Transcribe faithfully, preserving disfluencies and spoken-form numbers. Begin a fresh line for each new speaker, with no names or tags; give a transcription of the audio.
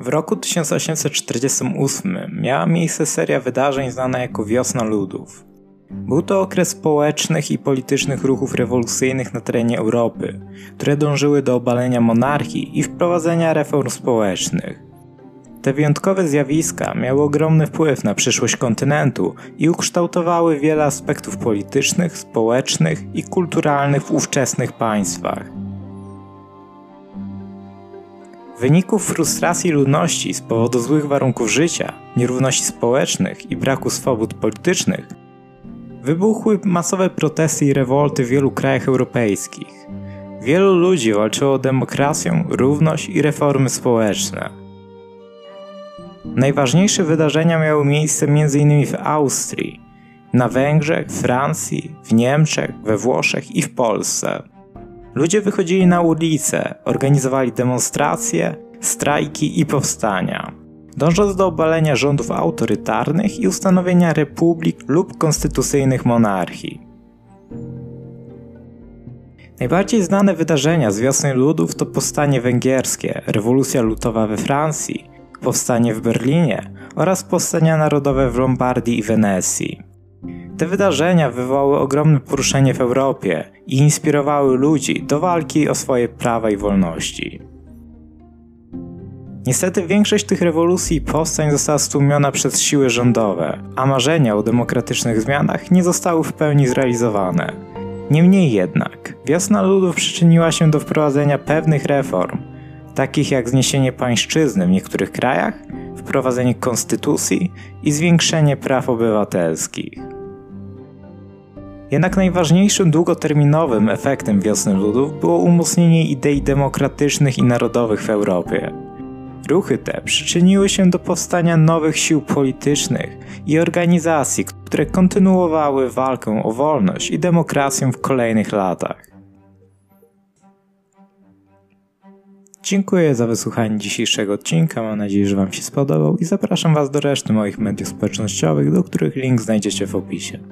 W roku tysiąc osiemset czterdziestym ósmym miała miejsce seria wydarzeń znana jako Wiosna Ludów. Był to okres społecznych i politycznych ruchów rewolucyjnych na terenie Europy, które dążyły do obalenia monarchii i wprowadzenia reform społecznych. Te wyjątkowe zjawiska miały ogromny wpływ na przyszłość kontynentu i ukształtowały wiele aspektów politycznych, społecznych i kulturalnych w ówczesnych państwach. W wyniku frustracji ludności z powodu złych warunków życia, nierówności społecznych i braku swobód politycznych, wybuchły masowe protesty i rewolty w wielu krajach europejskich. Wielu ludzi walczyło o demokrację, równość i reformy społeczne. Najważniejsze wydarzenia miały miejsce między innymi w Austrii, na Węgrzech, Francji, w Niemczech, we Włoszech i w Polsce. Ludzie wychodzili na ulice, organizowali demonstracje, strajki i powstania, dążąc do obalenia rządów autorytarnych i ustanowienia republik lub konstytucyjnych monarchii. Najbardziej znane wydarzenia z Wiosny Ludów to powstanie węgierskie, rewolucja lutowa we Francji, powstanie w Berlinie oraz powstania narodowe w Lombardii i Wenecji. Te wydarzenia wywołały ogromne poruszenie w Europie i inspirowały ludzi do walki o swoje prawa i wolności. Niestety większość tych rewolucji i powstań została stłumiona przez siły rządowe, a marzenia o demokratycznych zmianach nie zostały w pełni zrealizowane. Niemniej jednak, Wiosna Ludów przyczyniła się do wprowadzenia pewnych reform, takich jak zniesienie pańszczyzny w niektórych krajach, wprowadzenie konstytucji i zwiększenie praw obywatelskich. Jednak najważniejszym długoterminowym efektem Wiosny Ludów było umocnienie idei demokratycznych i narodowych w Europie. Ruchy te przyczyniły się do powstania nowych sił politycznych i organizacji, które kontynuowały walkę o wolność i demokrację w kolejnych latach. Dziękuję za wysłuchanie dzisiejszego odcinka, mam nadzieję, że Wam się spodobał i zapraszam Was do reszty moich mediów społecznościowych, do których link znajdziecie w opisie.